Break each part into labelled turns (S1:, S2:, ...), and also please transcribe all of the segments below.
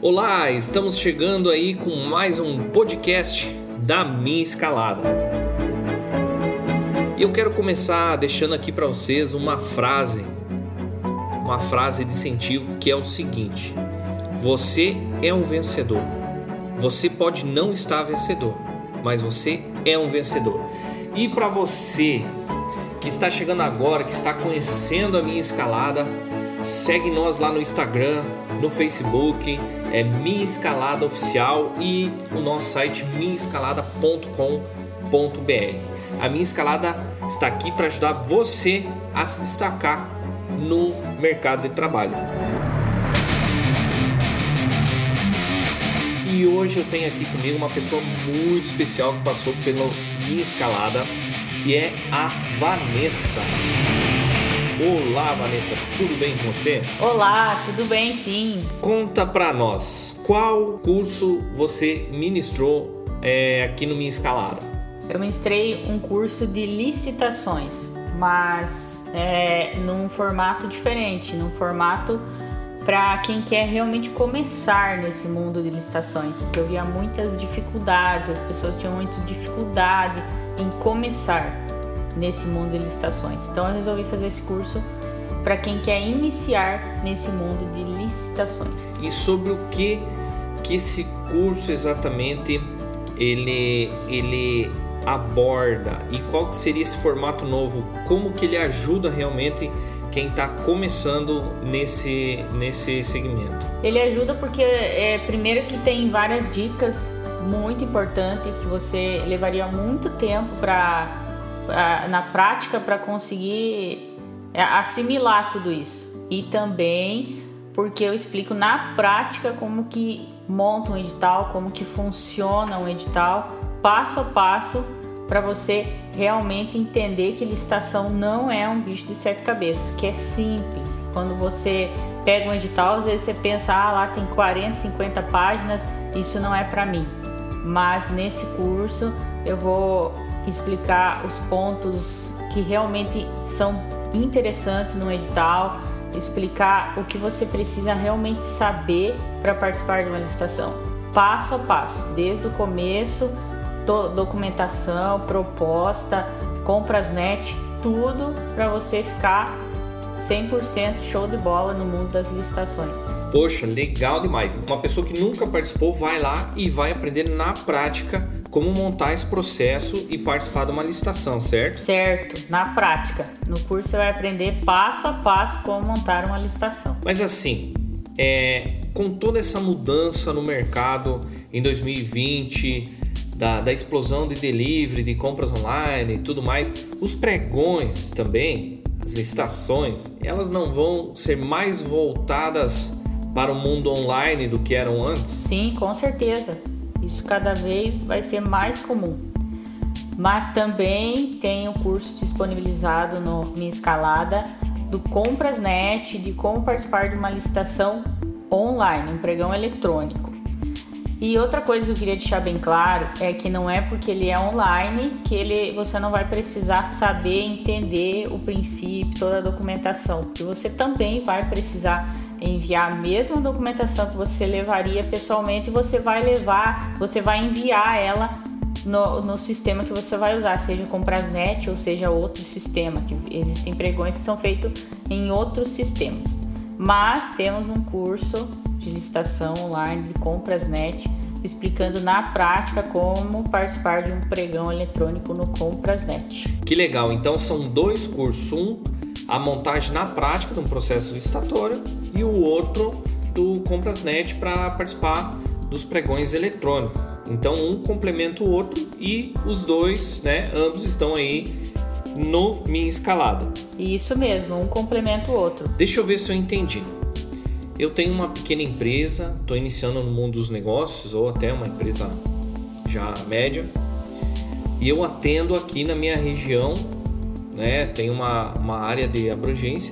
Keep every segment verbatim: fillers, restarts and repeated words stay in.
S1: Olá, estamos chegando aí com mais um podcast da Minha Escalada. E eu quero começar deixando aqui para vocês uma frase, uma frase de incentivo que é o seguinte: você é um vencedor. Você pode não estar vencedor, mas você é um vencedor. E para você que está chegando agora, que está conhecendo a Minha Escalada, segue nós lá no Instagram, no Facebook, é Minha Escalada Oficial, e o nosso site minha escalada ponto com ponto b r. A Minha Escalada está aqui para ajudar você a se destacar no mercado de trabalho. E hoje eu tenho aqui comigo uma pessoa muito especial que passou pela Minha Escalada, que é a Vanessa. Olá, Vanessa, tudo bem com você?
S2: Olá, tudo bem, sim.
S1: Conta pra nós, qual curso você ministrou é, aqui no Minha Escalada?
S2: Eu ministrei um curso de licitações, mas é, num formato diferente, num formato para quem quer realmente começar nesse mundo de licitações, porque eu via muitas dificuldades, as pessoas tinham muita dificuldade em começar nesse mundo de licitações. Então eu resolvi fazer esse curso para quem quer iniciar nesse mundo de licitações.
S1: E sobre o que que esse curso exatamente ele ele aborda, e qual que seria esse formato novo? Como que ele ajuda realmente quem está começando nesse nesse segmento?
S2: Ele ajuda porque é, primeiro que tem várias dicas muito importantes que você levaria muito tempo para na prática para conseguir assimilar tudo isso. E também porque eu explico na prática como que monta um edital, como que funciona um edital, passo a passo, para você realmente entender que licitação não é um bicho de sete cabeças, que é simples. Quando você pega um edital, às vezes você pensa, ah, lá tem quarenta, cinquenta páginas, isso não é para mim. Mas nesse curso eu vou explicar os pontos que realmente são interessantes no edital, explicar o que você precisa realmente saber para participar de uma licitação, passo a passo, desde o começo, do, documentação, proposta, compras net, tudo para você ficar cem por cento show de bola no mundo das licitações.
S1: Poxa, legal demais. Uma pessoa que nunca participou vai lá e vai aprender na prática como montar esse processo e participar de uma licitação, certo?
S2: Certo, na prática. No curso você vai aprender passo a passo como montar uma licitação.
S1: Mas assim, é, com toda essa mudança no mercado em dois mil e vinte, da, da explosão de delivery, de compras online e tudo mais, os pregões também, as licitações, elas não vão ser mais voltadas para o mundo online do que eram antes?
S2: Sim, com certeza. Isso cada vez vai ser mais comum. Mas também tem o curso disponibilizado no Minha Escalada do Compras Net, de como participar de uma licitação online, um pregão eletrônico. E outra coisa que eu queria deixar bem claro é que não é porque ele é online que ele, você não vai precisar saber entender o princípio, toda a documentação, porque você também vai precisar enviar a mesma documentação que você levaria pessoalmente, e você vai levar, você vai enviar ela no, no sistema que você vai usar, seja o Comprasnet ou seja outro sistema, que existem pregões que são feitos em outros sistemas. Mas temos um curso de licitação online de Comprasnet explicando na prática como participar de um pregão eletrônico no Comprasnet.
S1: Que legal, então são dois cursos, um a montagem na prática de um processo licitatório e o outro do Comprasnet para participar dos pregões eletrônicos. Então um complementa o outro e os dois, né, ambos estão aí no Minha Escalada.
S2: Isso mesmo, um complementa o outro.
S1: Deixa eu ver se eu entendi. Eu tenho uma pequena empresa, estou iniciando no mundo dos negócios ou até uma empresa já média, e eu atendo aqui na minha região, né, tem uma, uma área de abrangência,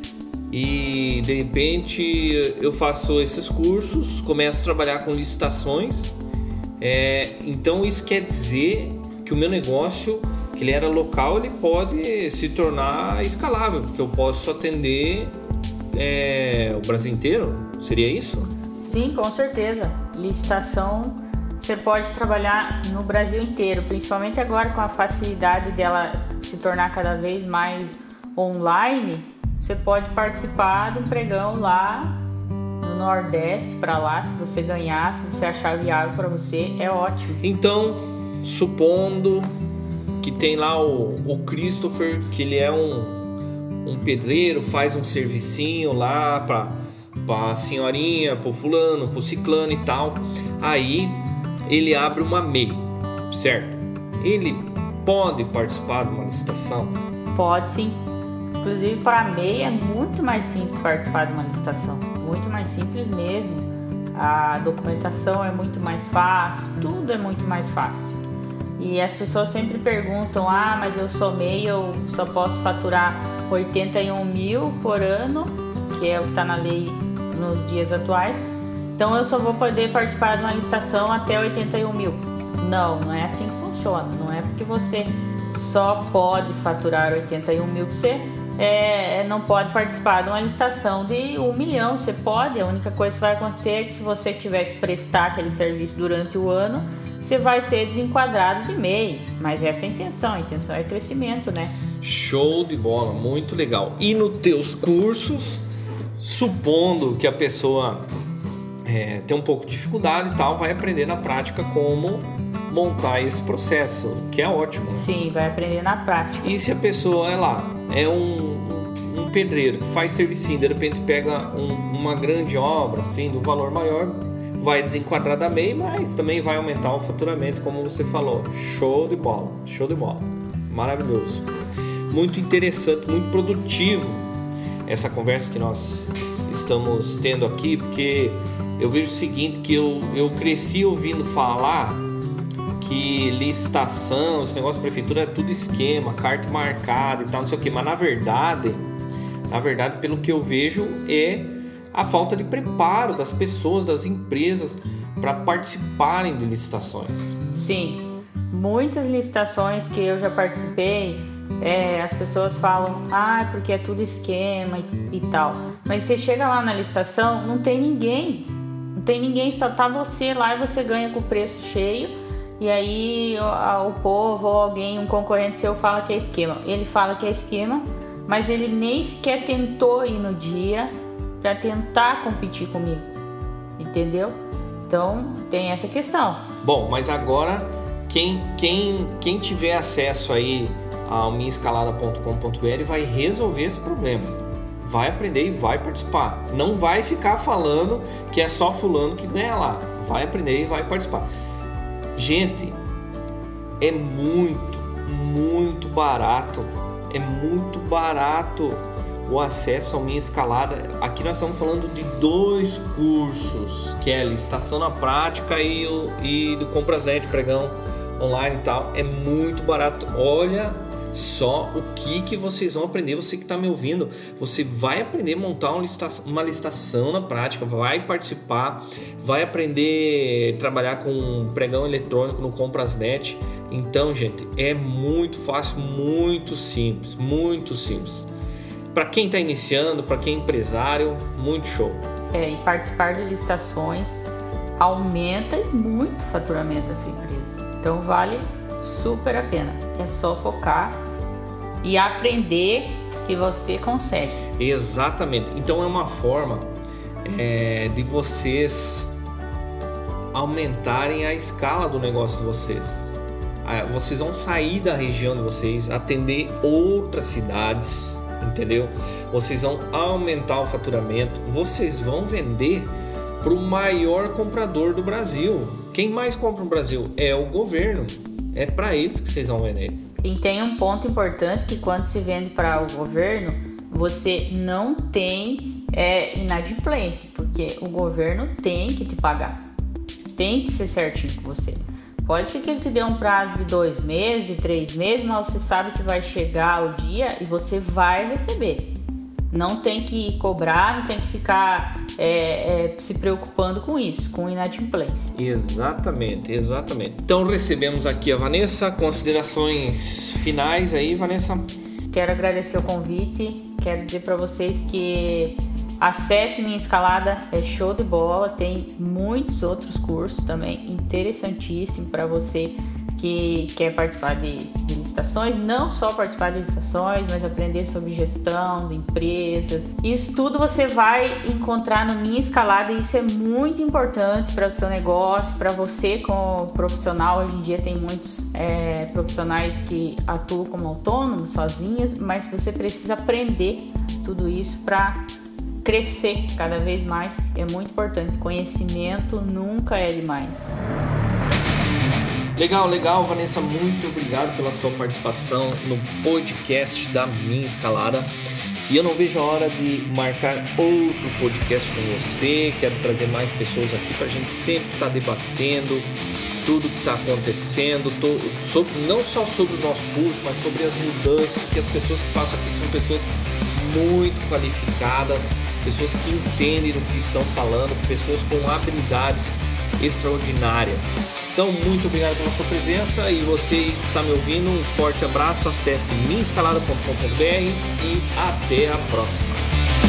S1: e de repente eu faço esses cursos, começo a trabalhar com licitações, é, então isso quer dizer que o meu negócio, que ele era local, ele pode se tornar escalável, porque eu posso atender é, o Brasil inteiro, seria isso?
S2: Sim, com certeza. Licitação você pode trabalhar no Brasil inteiro, principalmente agora com a facilidade dela se tornar cada vez mais online. Você pode participar do pregão lá no Nordeste para lá, se você ganhar, se você achar viável para você, é ótimo.
S1: Então, supondo que tem lá o, o Christopher, que ele é um, um pedreiro, faz um servicinho lá para a senhorinha, para o fulano, para o ciclano e tal. Aí ele abre uma M E I, certo? Ele pode participar de uma licitação?
S2: Pode sim. Inclusive para a M E I é muito mais simples participar de uma licitação. Muito mais simples mesmo. A documentação é muito mais fácil, tudo é muito mais fácil. E as pessoas sempre perguntam, ah, mas eu sou M E I, eu só posso faturar oitenta e um mil por ano, que é o que está na lei nos dias atuais. Então eu só vou poder participar de uma licitação até oitenta e um mil. Não, não é assim que funciona. Não é porque você só pode faturar oitenta e um mil que você é, não pode participar de uma licitação de um milhão. Você pode, a única coisa que vai acontecer é que se você tiver que prestar aquele serviço durante o ano, você vai ser desenquadrado de M E I. Mas essa é a intenção, a intenção é crescimento, né?
S1: Show de bola, muito legal. E nos teus cursos, supondo que a pessoa É, tem um pouco de dificuldade e tal, vai aprender na prática como montar esse processo, que é ótimo.
S2: Sim, vai aprender na prática.
S1: E se a pessoa é lá, é um, um pedreiro que faz servicinho, de repente pega um, uma grande obra, assim, do valor maior, vai desenquadrar da M E I, mas também vai aumentar o faturamento, como você falou. Show de bola, show de bola. Maravilhoso. Muito interessante, muito produtivo essa conversa que nós estamos tendo aqui, porque eu vejo o seguinte, que eu, eu cresci ouvindo falar que licitação, esse negócio de prefeitura é tudo esquema, carta marcada e tal, não sei o que, mas na verdade, na verdade, pelo que eu vejo, é a falta de preparo das pessoas, das empresas para participarem de licitações.
S2: Sim, muitas licitações que eu já participei, é, as pessoas falam, ah, porque é tudo esquema e, e tal, mas você chega lá na licitação, não tem ninguém. Não tem ninguém, só tá você lá e você ganha com o preço cheio. E aí o, o povo ou alguém, um concorrente seu fala que é esquema. Ele fala que é esquema, mas ele nem sequer tentou ir no dia para tentar competir comigo. Entendeu? Então tem essa questão.
S1: Bom, mas agora quem, quem, quem tiver acesso aí ao minha escalada ponto com ponto b r vai resolver esse problema. Vai aprender e vai participar. Não vai ficar falando que é só fulano que ganha lá. Vai aprender e vai participar. Gente, é muito, muito barato. É muito barato o acesso ao Minha Escalada. Aqui nós estamos falando de dois cursos, que é a licitação na prática e, o, e do Comprasnet, pregão online e tal. É muito barato. Olha só o que, que vocês vão aprender, você que está me ouvindo. Você vai aprender a montar uma licitação, uma licitação na prática, vai participar, vai aprender a trabalhar com pregão eletrônico no Comprasnet. Então, gente, é muito fácil, muito simples, muito simples. Para quem está iniciando, para quem é empresário, muito show.
S2: É, e participar de licitações aumenta muito o faturamento da sua empresa. Então, vale super a pena. É só focar e aprender que você consegue.
S1: Exatamente. Então é uma forma é, de vocês aumentarem a escala do negócio de vocês. Vocês vão sair da região de vocês, atender outras cidades, entendeu? Vocês vão aumentar o faturamento, vocês vão vender para o maior comprador do Brasil. Quem mais compra no Brasil? É o governo. É para eles que vocês vão vender.
S2: E tem um ponto importante, que quando se vende para o governo, você não tem é, inadimplência, porque o governo tem que te pagar. Tem que ser certinho com você. Pode ser que ele te dê um prazo de dois meses, de três meses, mas você sabe que vai chegar o dia e você vai receber. Não tem que cobrar, não tem que ficar é, é, se preocupando com isso, com inadimplência.
S1: Exatamente, exatamente. Então recebemos aqui a Vanessa. Considerações finais aí, Vanessa?
S2: Quero agradecer o convite. Quero dizer para vocês que Acesse Minha Escalada, é show de bola. Tem muitos outros cursos também interessantíssimos para você que quer participar de, de licitações, não só participar de licitações, mas aprender sobre gestão de empresas. Isso tudo você vai encontrar no Minha Escalada e isso é muito importante para o seu negócio, para você como profissional. Hoje em dia tem muitos é, profissionais que atuam como autônomos, sozinhos, mas você precisa aprender tudo isso para crescer cada vez mais. É muito importante. Conhecimento nunca é demais.
S1: Legal, legal, Vanessa, muito obrigado pela sua participação no podcast da Minha Escalada. E eu não vejo a hora de marcar outro podcast com você. Quero trazer mais pessoas aqui para a gente sempre estar debatendo tudo que está acontecendo, to, sobre, não só sobre o nosso curso, mas sobre as mudanças, porque as pessoas que passam aqui são pessoas muito qualificadas, pessoas que entendem do que estão falando, pessoas com habilidades extraordinárias. Então, muito obrigado pela sua presença e você que está me ouvindo, um forte abraço, acesse minha escalada ponto com ponto b r e até a próxima.